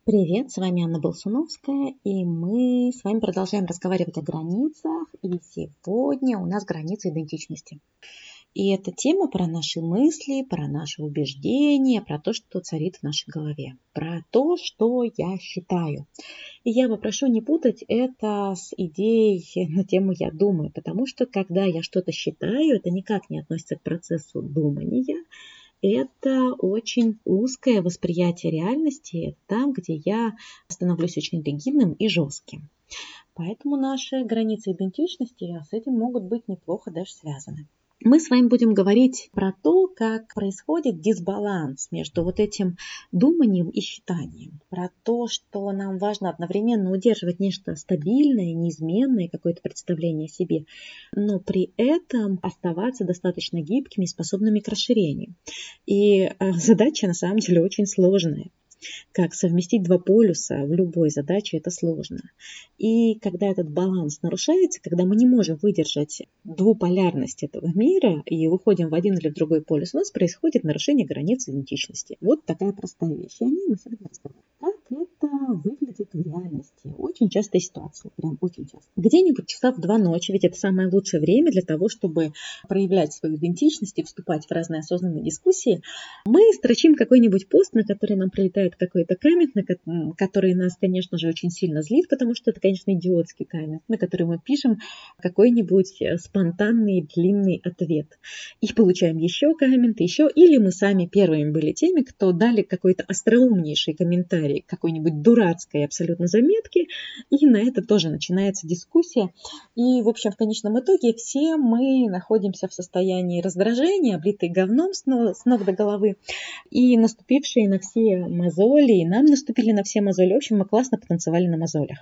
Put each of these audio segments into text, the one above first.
Привет, с вами Анна Болсуновская, и мы с вами продолжаем разговаривать о границах, и сегодня у нас граница идентичности. И это тема про наши мысли, про наши убеждения, про то, что царит в нашей голове, про то, что я считаю. И я попрошу не путать это с идеей на тему «я думаю», потому что когда я что-то считаю, это никак не относится к процессу думания. Это очень узкое восприятие реальности, там, где я становлюсь очень ригидным и жестким. Поэтому наши границы идентичности с этим могут быть неплохо даже связаны. Мы с вами будем говорить про то, как происходит дисбаланс между вот этим думанием и считанием. Про то, что нам важно одновременно удерживать нечто стабильное, неизменное, какое-то представление о себе, но при этом оставаться достаточно гибкими и способными к расширению. И задача на самом деле очень сложная. Как совместить два полюса в любой задаче, это сложно. И когда этот баланс нарушается, когда мы не можем выдержать двуполярность этого мира и выходим в один или в другой полюс, у нас происходит нарушение границ идентичности. Вот такая простая вещь. И о ней мы сегодня разговариваем. Как это выглядит в реальности? Очень частая ситуация, прям очень часто. Где-нибудь часа в 2 ночи, ведь это самое лучшее время для того, чтобы проявлять свою идентичность и вступать в разные осознанные дискуссии, мы строчим какой-нибудь пост, на который нам прилетает какой-то коммент, который нас, конечно же, очень сильно злит, потому что это, конечно, идиотский коммент, на который мы пишем какой-нибудь спонтанный длинный ответ. И получаем еще комменты, еще, или мы сами первыми были теми, кто дали какой-то остроумнейший комментарий к какой-нибудь дурацкой абсолютно заметке, и на это тоже начинается дискуссия. И, в общем, в конечном итоге все мы находимся в состоянии раздражения, облитые говном с ног до головы, и наступившие на все мозоли, и нам наступили на все мозоли. В общем, мы классно потанцевали на мозолях.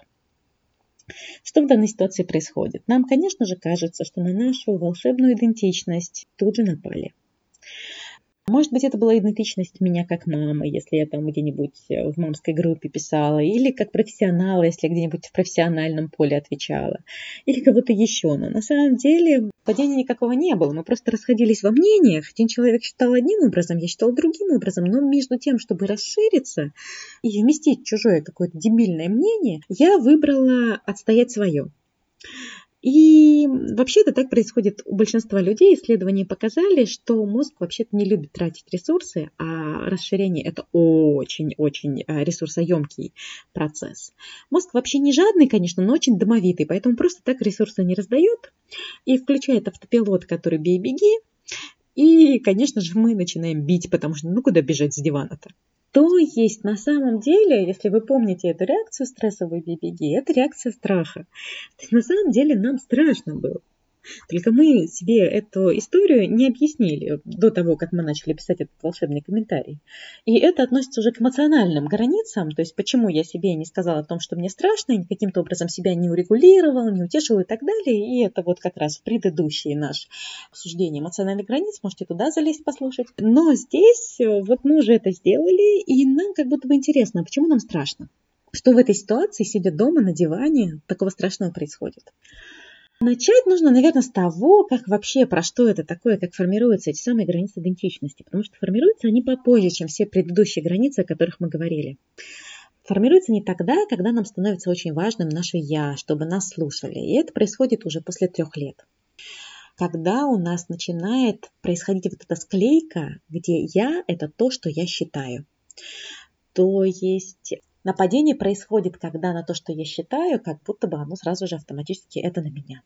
Что в данной ситуации происходит? Нам, конечно же, кажется, что на нашу волшебную идентичность тут же напали. Может быть, это была идентичность меня как мамы, если я там где-нибудь в мамской группе писала, или как профессионала, если я где-нибудь в профессиональном поле отвечала, или кого-то еще. Но на самом деле падения никакого не было, мы просто расходились во мнениях. Один человек считал одним образом, я считала другим образом, но между тем, чтобы расшириться и вместить чужое какое-то дебильное мнение, я выбрала отстоять свое. И вообще-то так происходит у большинства людей. Исследования показали, что мозг вообще-то не любит тратить ресурсы, а расширение – это очень-очень ресурсоемкий процесс. Мозг вообще не жадный, конечно, но очень домовитый, поэтому просто так ресурсы не раздает и включает автопилот, который бей-беги. И, конечно же, мы начинаем бить, потому что куда бежать с дивана-то? То есть на самом деле, если вы помните эту реакцию стрессовой бей-беги, это реакция страха. То есть на самом деле нам страшно было. Только мы себе эту историю не объяснили до того, как мы начали писать этот волшебный комментарий. И это относится уже к эмоциональным границам, то есть почему я себе не сказала о том, что мне страшно, и каким-то образом себя не урегулировал, не утешил и так далее. И это вот как раз в предыдущее наше обсуждение эмоциональных границ, можете туда залезть послушать. Но здесь вот мы уже это сделали, и нам как будто бы интересно, почему нам страшно? Что в этой ситуации, сидя дома на диване, такого страшного происходит? Начать нужно, наверное, с того, как вообще, про что это такое, как формируются эти самые границы идентичности. Потому что формируются они попозже, чем все предыдущие границы, о которых мы говорили. Формируются не тогда, когда нам становится очень важным наше «я», чтобы нас слушали. И это происходит уже после 3 лет. Когда у нас начинает происходить вот эта склейка, где «я» – это то, что я считаю. То есть нападение происходит, когда на то, что я считаю, как будто бы оно сразу же автоматически это на меня.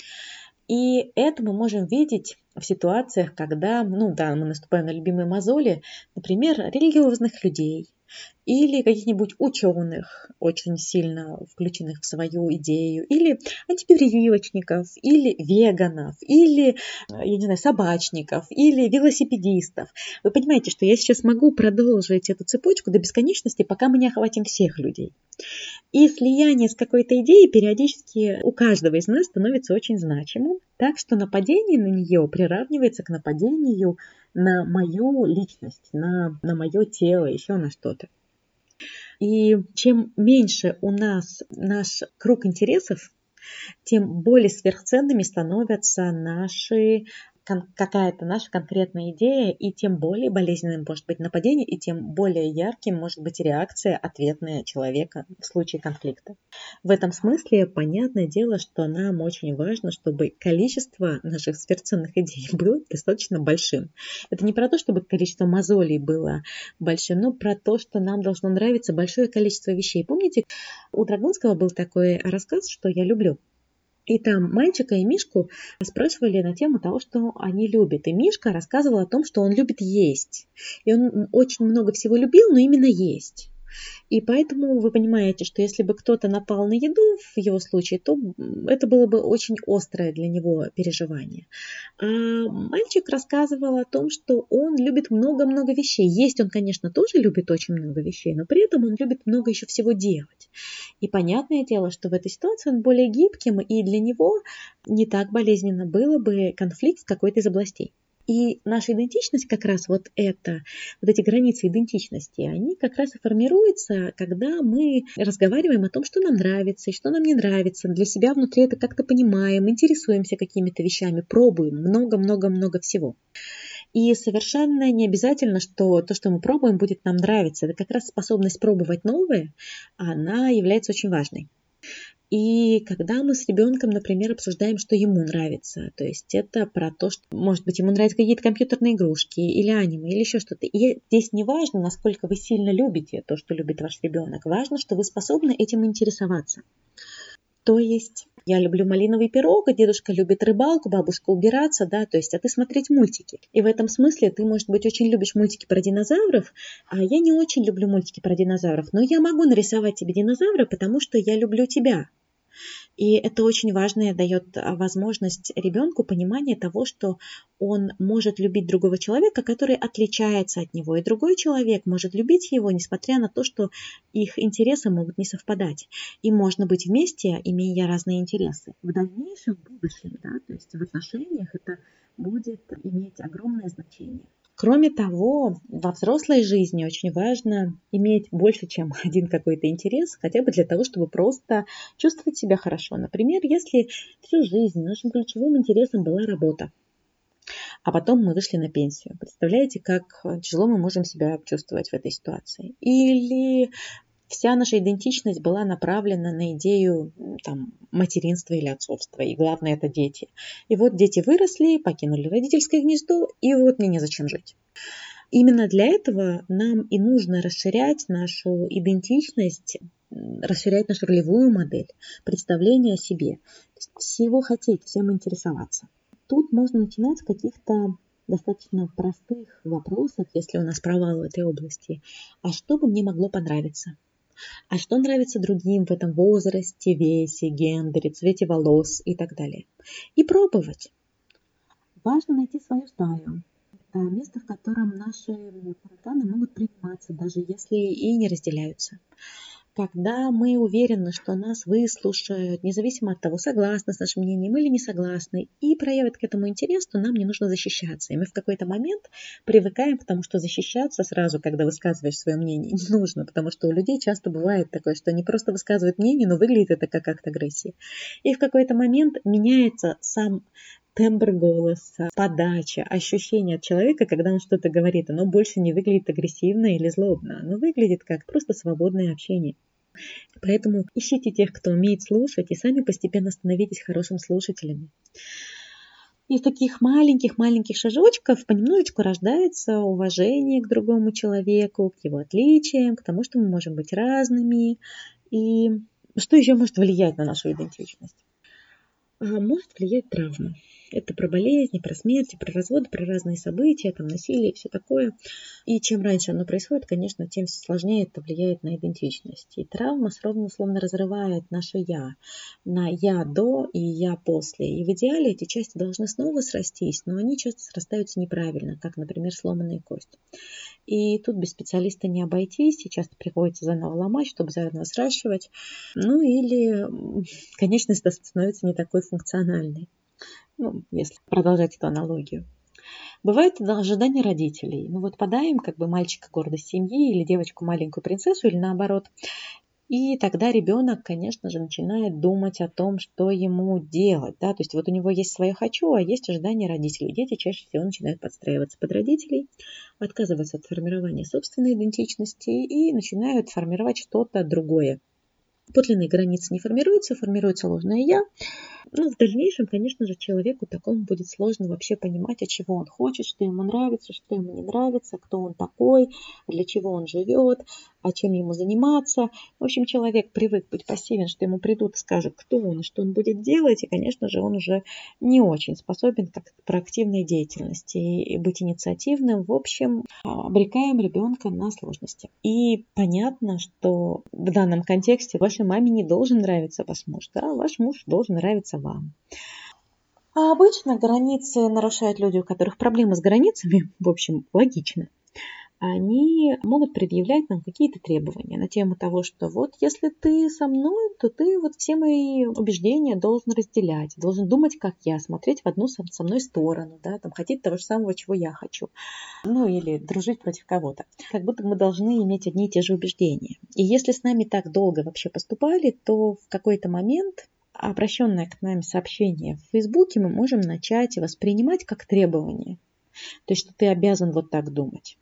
И это мы можем видеть в ситуациях, когда, мы наступаем на любимые мозоли, например, религиозных людей или каких-нибудь ученых, очень сильно включенных в свою идею, или антипрививочников, или веганов, или, собачников, или велосипедистов. Вы понимаете, что я сейчас могу продолжить эту цепочку до бесконечности, пока мы не охватим всех людей. И слияние с какой-то идеей периодически у каждого из нас становится очень значимым, так что нападение на нее приравнивается к нападению на мою личность, на мое тело, еще на что-то. И чем меньше у нас наш круг интересов, тем более сверхценными становятся наши какая-то наша конкретная идея, и тем более болезненным может быть нападение, и тем более ярким может быть реакция ответная человека в случае конфликта. В этом смысле понятное дело, что нам очень важно, чтобы количество наших сверхценных идей было достаточно большим. Это не про то, чтобы количество мозолей было большим, но про то, что нам должно нравиться большое количество вещей. Помните, у Драгунского был такой рассказ, что я люблю. И там мальчика и Мишку спрашивали на тему того, что они любят. И Мишка рассказывал о том, что он любит есть. И он очень много всего любил, но именно есть. И поэтому вы понимаете, что если бы кто-то напал на еду в его случае, то это было бы очень острое для него переживание. А мальчик рассказывал о том, что он любит много-много вещей. Есть он, конечно, тоже любит очень много вещей, но при этом он любит много еще всего делать. И понятное дело, что в этой ситуации он более гибким, и для него не так болезненно было бы конфликт с какой-то из областей. И наша идентичность как раз вот эти границы идентичности, они как раз и формируются, когда мы разговариваем о том, что нам нравится и что нам не нравится, для себя внутри это как-то понимаем, интересуемся какими-то вещами, пробуем много-много-много всего. И совершенно не обязательно, что то, что мы пробуем, будет нам нравиться. Это как раз способность пробовать новое, она является очень важной. И когда мы с ребенком, например, обсуждаем, что ему нравится, то есть это про то, что, может быть, ему нравятся какие-то компьютерные игрушки или аниме, или еще что-то. И здесь не важно, насколько вы сильно любите то, что любит ваш ребенок. Важно, что вы способны этим интересоваться. То есть я люблю малиновый пирог, а дедушка любит рыбалку, бабушка убираться, да, то есть, а ты смотреть мультики. И в этом смысле ты, может быть, очень любишь мультики про динозавров, а я не очень люблю мультики про динозавров, но я могу нарисовать тебе динозавра, потому что я люблю тебя. И это очень важно, дает возможность ребенку понимания того, что он может любить другого человека, который отличается от него, и другой человек может любить его, несмотря на то, что их интересы могут не совпадать. И можно быть вместе, имея разные интересы. В дальнейшем, в будущем, да, то есть в отношениях это будет иметь огромное значение. Кроме того, во взрослой жизни очень важно иметь больше, чем один какой-то интерес, хотя бы для того, чтобы просто чувствовать себя хорошо. Например, если всю жизнь нашим ключевым интересом была работа, а потом мы вышли на пенсию. Представляете, как тяжело мы можем себя чувствовать в этой ситуации? Или вся наша идентичность была направлена на идею материнства или отцовства, и главное это дети. И вот дети выросли, покинули родительское гнездо, и вот мне незачем жить. Именно для этого нам и нужно расширять нашу идентичность, расширять нашу ролевую модель, представление о себе. То есть всего хотеть, всем интересоваться. Тут можно начинать с каких-то достаточно простых вопросов, если у нас провал в этой области. А что бы мне могло понравиться? А что нравится другим в этом возрасте, весе, гендере, цвете волос и так далее. И пробовать. Важно найти свою стаю. Это место, в котором наши тараканы могут приниматься, даже если и не разделяются. Когда мы уверены, что нас выслушают, независимо от того, согласны с нашим мнением или не согласны, и проявят к этому интерес, то нам не нужно защищаться. И мы в какой-то момент привыкаем к тому, что защищаться сразу, когда высказываешь свое мнение, не нужно, потому что у людей часто бывает такое, что они просто высказывают мнение, но выглядит это как акт агрессии. И в какой-то момент меняется сам тембр голоса, подача, ощущение от человека, когда он что-то говорит, оно больше не выглядит агрессивно или злобно, оно выглядит как просто свободное общение. Поэтому ищите тех, кто умеет слушать, и сами постепенно становитесь хорошим слушателями. Из таких маленьких шажочков понемножечку рождается уважение к другому человеку, к его отличиям, к тому, что мы можем быть разными. И что еще может влиять на нашу идентичность? Может влиять травма. Это про болезни, про смерти, про разводы, про разные события, насилие и все такое. И чем раньше оно происходит, конечно, тем сложнее это влияет на идентичность. И травма словно разрывает наше «я» на «я до» и «я после». И в идеале эти части должны снова срастись, но они часто срастаются неправильно, как, например, сломанная кость. И тут без специалиста не обойтись, и часто приходится заново ломать, чтобы заново сращивать. Или конечность становится не такой функциональной. Если продолжать эту аналогию. Бывает ожидание родителей. Подаем мальчика гордость семьи или девочку маленькую принцессу, или наоборот. И тогда ребенок, конечно же, начинает думать о том, что ему делать. Да? То есть вот у него есть свое «хочу», а есть ожидания родителей. Дети чаще всего начинают подстраиваться под родителей, отказываются от формирования собственной идентичности и начинают формировать что-то другое. Подлинные границы не формируются, формируется ложное «я». Ну, в дальнейшем, конечно же, человеку такому будет сложно вообще понимать, от чего он хочет, что ему нравится, что ему не нравится, кто он такой, для чего он живет, а чем ему заниматься. В общем, человек привык быть пассивен, что ему придут и скажут, кто он и что он будет делать, и, конечно же, он уже не очень способен к проактивной деятельности и быть инициативным. В общем, обрекаем ребенка на сложности. И понятно, что в данном контексте вашей маме не должен нравиться ваш муж, да, ваш муж должен нравиться вам. А обычно границы нарушают люди, у которых проблемы с границами, в общем, логично. Они могут предъявлять нам какие-то требования на тему того, что вот если ты со мной, то ты вот все мои убеждения должен разделять, должен думать, как я, смотреть в одну со мной сторону, да, там, хотеть того же самого, чего я хочу, ну или дружить против кого-то. Как будто мы должны иметь одни и те же убеждения. И если с нами так долго вообще поступали, то в какой-то момент обращенное к нам сообщение в Фейсбуке мы можем начать воспринимать как требование. То есть, что ты обязан вот так думать.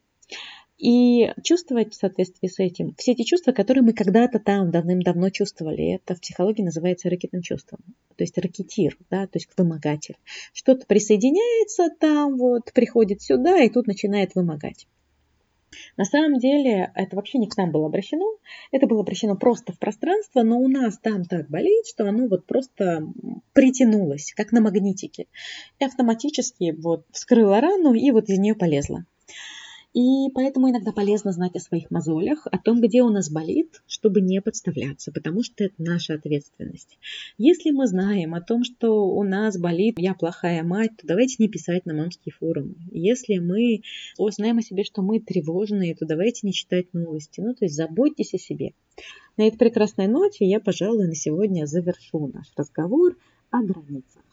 И чувствовать в соответствии с этим все эти чувства, которые мы когда-то там давным-давно чувствовали. Это в психологии называется рэкетным чувством. То есть рэкетир, да, то есть вымогатель. Что-то присоединяется там, вот, приходит сюда и тут начинает вымогать. На самом деле это вообще не к нам было обращено, это было обращено просто в пространство, но у нас там так болит, что оно вот просто притянулось, как на магнитике. И автоматически вот вскрыло рану и вот из нее полезло. И поэтому иногда полезно знать о своих мозолях, о том, где у нас болит, чтобы не подставляться, потому что это наша ответственность. Если мы знаем о том, что у нас болит «я плохая мать», то давайте не писать на мамские форумы. Если мы знаем о себе, что мы тревожные, то давайте не читать новости. Ну, то есть заботьтесь о себе. На этой прекрасной ноте я, пожалуй, на сегодня завершу наш разговор о границах.